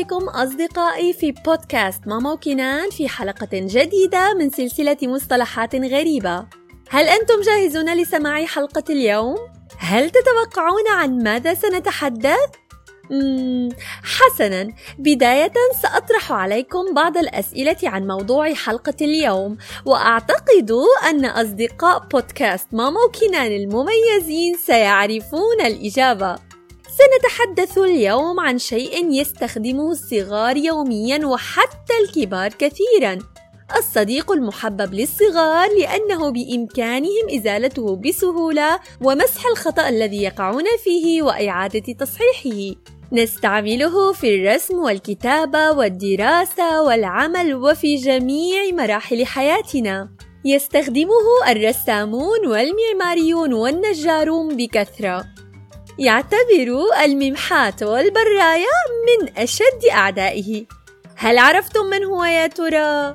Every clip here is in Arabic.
بكم أصدقائي في بودكاست ماما وكنان في حلقة جديدة من سلسلة مصطلحات غريبة. هل أنتم جاهزون لسماع حلقة اليوم؟ هل تتوقعون عن ماذا سنتحدث؟ حسناً، بداية سأطرح عليكم بعض الأسئلة عن موضوع حلقة اليوم، وأعتقد أن أصدقاء بودكاست ماما وكنان المميزين سيعرفون الإجابة. سنتحدث اليوم عن شيء يستخدمه الصغار يومياً وحتى الكبار كثيراً، الصديق المحبب للصغار لأنه بإمكانهم إزالته بسهولة ومسح الخطأ الذي يقعون فيه وإعادة تصحيحه. نستعمله في الرسم والكتابة والدراسة والعمل وفي جميع مراحل حياتنا. يستخدمه الرسامون والمعماريون والنجارون بكثرة. يعتبر الممحات والبراية من أشد أعدائه. هل عرفتم من هو يا ترى؟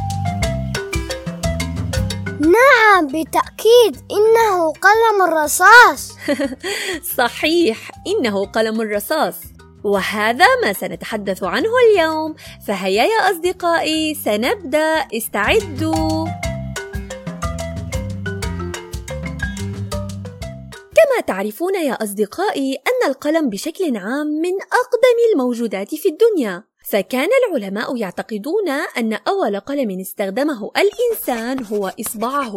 نعم بالتأكيد، إنه قلم الرصاص. صحيح، إنه قلم الرصاص، وهذا ما سنتحدث عنه اليوم. فهيا يا أصدقائي سنبدأ، استعدوا. كما تعرفون يا أصدقائي أن القلم بشكل عام من أقدم الموجودات في الدنيا، فكان العلماء يعتقدون أن أول قلم استخدمه الإنسان هو إصبعه،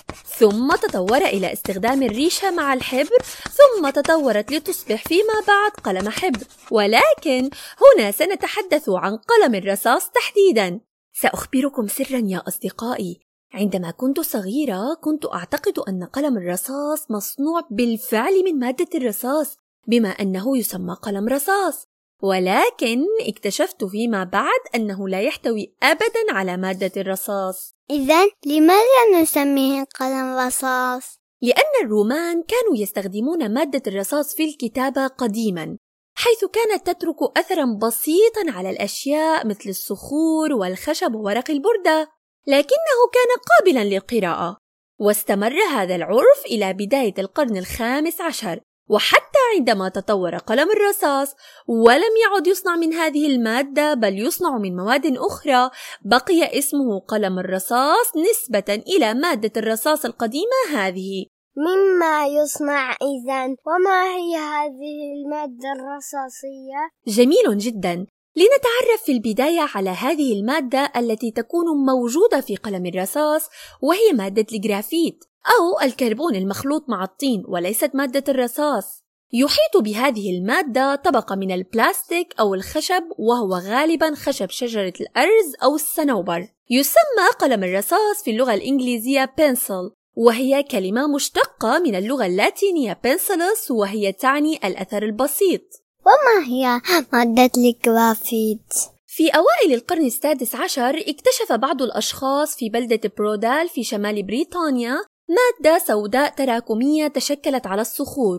ثم تطور إلى استخدام الريشة مع الحبر، ثم تطورت لتصبح فيما بعد قلم حبر. ولكن هنا سنتحدث عن قلم الرصاص تحديداً. سأخبركم سراً يا أصدقائي، عندما كنت صغيرة كنت أعتقد أن قلم الرصاص مصنوع بالفعل من مادة الرصاص، بما أنه يسمى قلم رصاص، ولكن اكتشفت فيما بعد أنه لا يحتوي أبداً على مادة الرصاص. إذن لماذا نسميه قلم رصاص؟ لأن الرومان كانوا يستخدمون مادة الرصاص في الكتابة قديماً، حيث كانت تترك أثراً بسيطاً على الأشياء مثل الصخور والخشب وورق البردة، لكنه كان قابلاً للقراءة. واستمر هذا العرف إلى بداية القرن ال15، وحتى عندما تطور قلم الرصاص ولم يعد يصنع من هذه المادة بل يصنع من مواد أخرى، بقي اسمه قلم الرصاص نسبة إلى مادة الرصاص القديمة هذه. مما يصنع إذن؟ وما هي هذه المادة الرصاصية؟ جميل جدا، لنتعرف في البداية على هذه المادة التي تكون موجودة في قلم الرصاص، وهي مادة الجرافيت أو الكربون المخلوط مع الطين، وليست مادة الرصاص. يحيط بهذه المادة طبقة من البلاستيك أو الخشب، وهو غالباً خشب شجرة الأرز أو الصنوبر. يسمى قلم الرصاص في اللغة الإنجليزية بنسل، وهي كلمة مشتقة من اللغة اللاتينية بنسلس، وهي تعني الأثر البسيط. وما هي مادة الجرافيت؟ في أوائل القرن ال16 اكتشف بعض الأشخاص في بلدة برودال في شمال بريطانيا مادة سوداء تراكمية تشكلت على الصخور،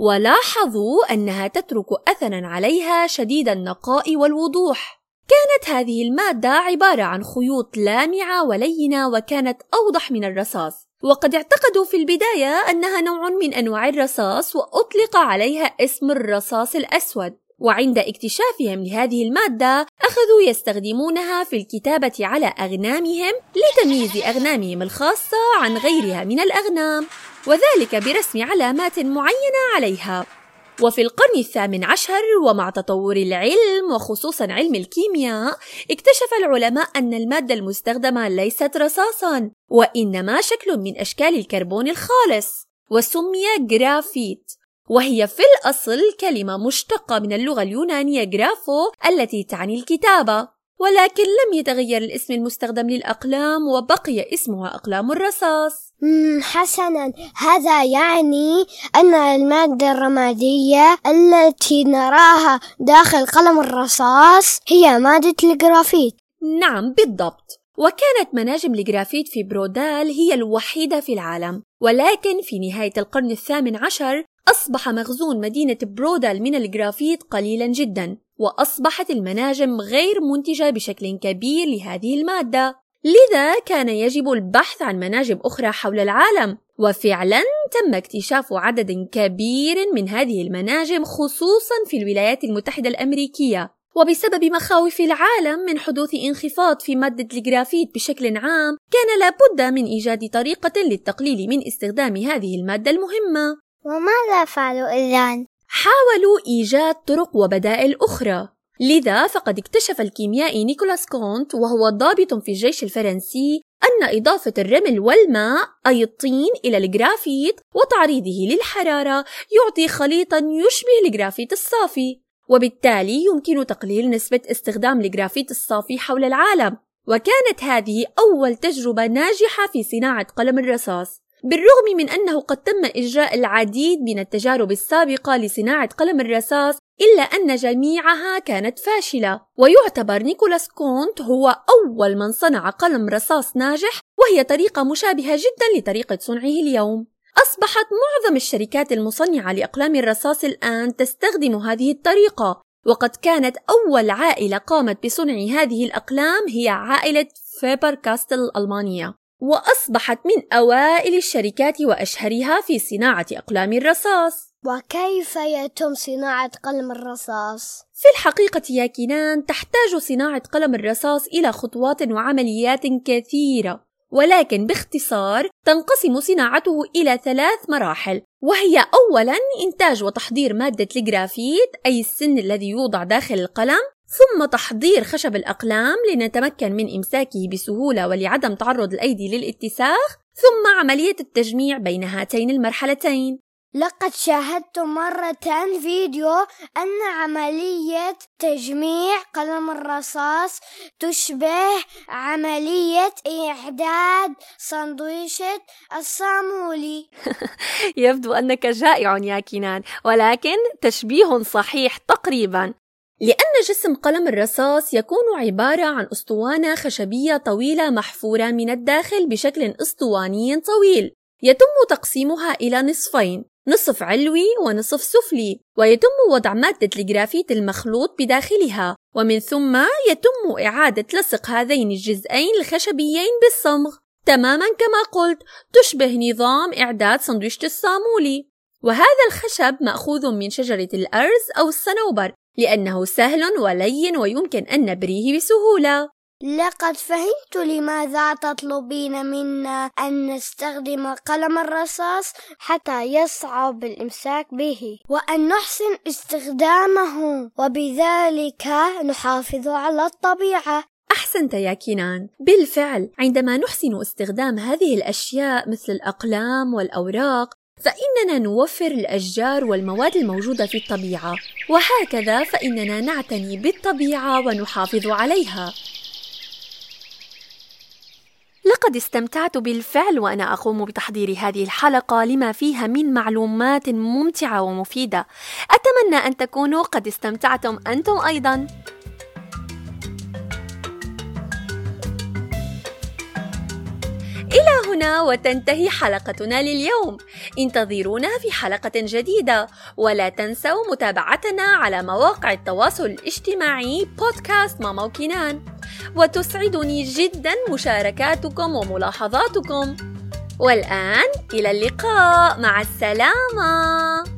ولاحظوا أنها تترك أثراً عليها شديد النقاء والوضوح. كانت هذه المادة عبارة عن خيوط لامعة ولينة، وكانت أوضح من الرصاص، وقد اعتقدوا في البداية أنها نوع من أنواع الرصاص، وأطلق عليها اسم الرصاص الأسود. وعند اكتشافهم لهذه المادة أخذوا يستخدمونها في الكتابة على أغنامهم لتمييز أغنامهم الخاصة عن غيرها من الأغنام، وذلك برسم علامات معينة عليها. وفي القرن ال18 ومع تطور العلم وخصوصاً علم الكيمياء، اكتشف العلماء أن المادة المستخدمة ليست رصاصاً، وإنما شكل من أشكال الكربون الخالص، وسمي جرافيت، وهي في الأصل كلمة مشتقة من اللغة اليونانية جرافو التي تعني الكتابة، ولكن لم يتغير الاسم المستخدم للأقلام وبقي اسمها أقلام الرصاص. حسناً، هذا يعني أن المادة الرمادية التي نراها داخل قلم الرصاص هي مادة الجرافيت. نعم بالضبط، وكانت مناجم الجرافيت في برودال هي الوحيدة في العالم، ولكن في نهاية القرن ال18 أصبح مخزون مدينة برودال من الجرافيت قليلاً جداً، وأصبحت المناجم غير منتجة بشكل كبير لهذه المادة، لذا كان يجب البحث عن مناجم أخرى حول العالم. وفعلاً تم اكتشاف عدد كبير من هذه المناجم، خصوصاً في الولايات المتحدة الأمريكية، وبسبب مخاوف العالم من حدوث انخفاض في مادة الجرافيت بشكل عام، كان لابد من إيجاد طريقة للتقليل من استخدام هذه المادة المهمة. وماذا فعلوا إذن؟ حاولوا إيجاد طرق وبدائل أخرى. لذا فقد اكتشف الكيميائي نيكولاس كونت، وهو ضابط في الجيش الفرنسي، أن إضافة الرمل والماء أي الطين إلى الجرافيت وتعريضه للحرارة يعطي خليطاً يشبه الجرافيت الصافي، وبالتالي يمكن تقليل نسبة استخدام الجرافيت الصافي حول العالم. وكانت هذه أول تجربة ناجحة في صناعة قلم الرصاص، بالرغم من أنه قد تم إجراء العديد من التجارب السابقة لصناعة قلم الرصاص، إلا أن جميعها كانت فاشلة. ويعتبر نيكولاس كونت هو أول من صنع قلم رصاص ناجح، وهي طريقة مشابهة جدا لطريقة صنعه اليوم. أصبحت معظم الشركات المصنعة لأقلام الرصاص الآن تستخدم هذه الطريقة، وقد كانت أول عائلة قامت بصنع هذه الأقلام هي عائلة فيبر كاستل الألمانية، وأصبحت من أوائل الشركات وأشهرها في صناعة أقلام الرصاص. وكيف يتم صناعة قلم الرصاص؟ في الحقيقة يا كنان، تحتاج صناعة قلم الرصاص إلى خطوات وعمليات كثيرة، ولكن باختصار تنقسم صناعته إلى 3 مراحل، وهي أولاً إنتاج وتحضير مادة الجرافيت أي السن الذي يوضع داخل القلم، ثم تحضير خشب الأقلام لنتمكن من إمساكه بسهولة ولعدم تعرض الأيدي للاتساخ، ثم عملية التجميع بين هاتين المرحلتين. لقد شاهدت مرة فيديو أن عملية تجميع قلم الرصاص تشبه عملية إعداد سندويشة الصامولي. يبدو أنك جائع يا كنان، ولكن تشبيه صحيح تقريباً، لأن جسم قلم الرصاص يكون عبارة عن أسطوانة خشبية طويلة محفورة من الداخل بشكل أسطواني طويل، يتم تقسيمها إلى نصفين، نصف علوي ونصف سفلي، ويتم وضع مادة الجرافيت المخلوط بداخلها، ومن ثم يتم إعادة لصق هذين الجزئين الخشبيين بالصمغ، تماماً كما قلت تشبه نظام إعداد سندويشة الصامولي. وهذا الخشب مأخوذ من شجرة الأرز أو الصنوبر، لأنه سهل ولين ويمكن أن نبريه بسهولة. لقد فهمت لماذا تطلبين منا أن نستخدم قلم الرصاص حتى يصعب الإمساك به، وأن نحسن استخدامه، وبذلك نحافظ على الطبيعة. أحسنت يا كنان، بالفعل عندما نحسن استخدام هذه الأشياء مثل الأقلام والأوراق، فإننا نوفر الأشجار والمواد الموجودة في الطبيعة، وهكذا فإننا نعتني بالطبيعة ونحافظ عليها. لقد استمتعت بالفعل وأنا أقوم بتحضير هذه الحلقة لما فيها من معلومات ممتعة ومفيدة. أتمنى أن تكونوا قد استمتعتم أنتم أيضاً. إلى هنا وتنتهي حلقتنا لليوم. انتظرونا في حلقة جديدة، ولا تنسوا متابعتنا على مواقع التواصل الاجتماعي بودكاست ماما وكنان، وتسعدني جدا مشاركاتكم وملاحظاتكم. والآن إلى اللقاء، مع السلامة.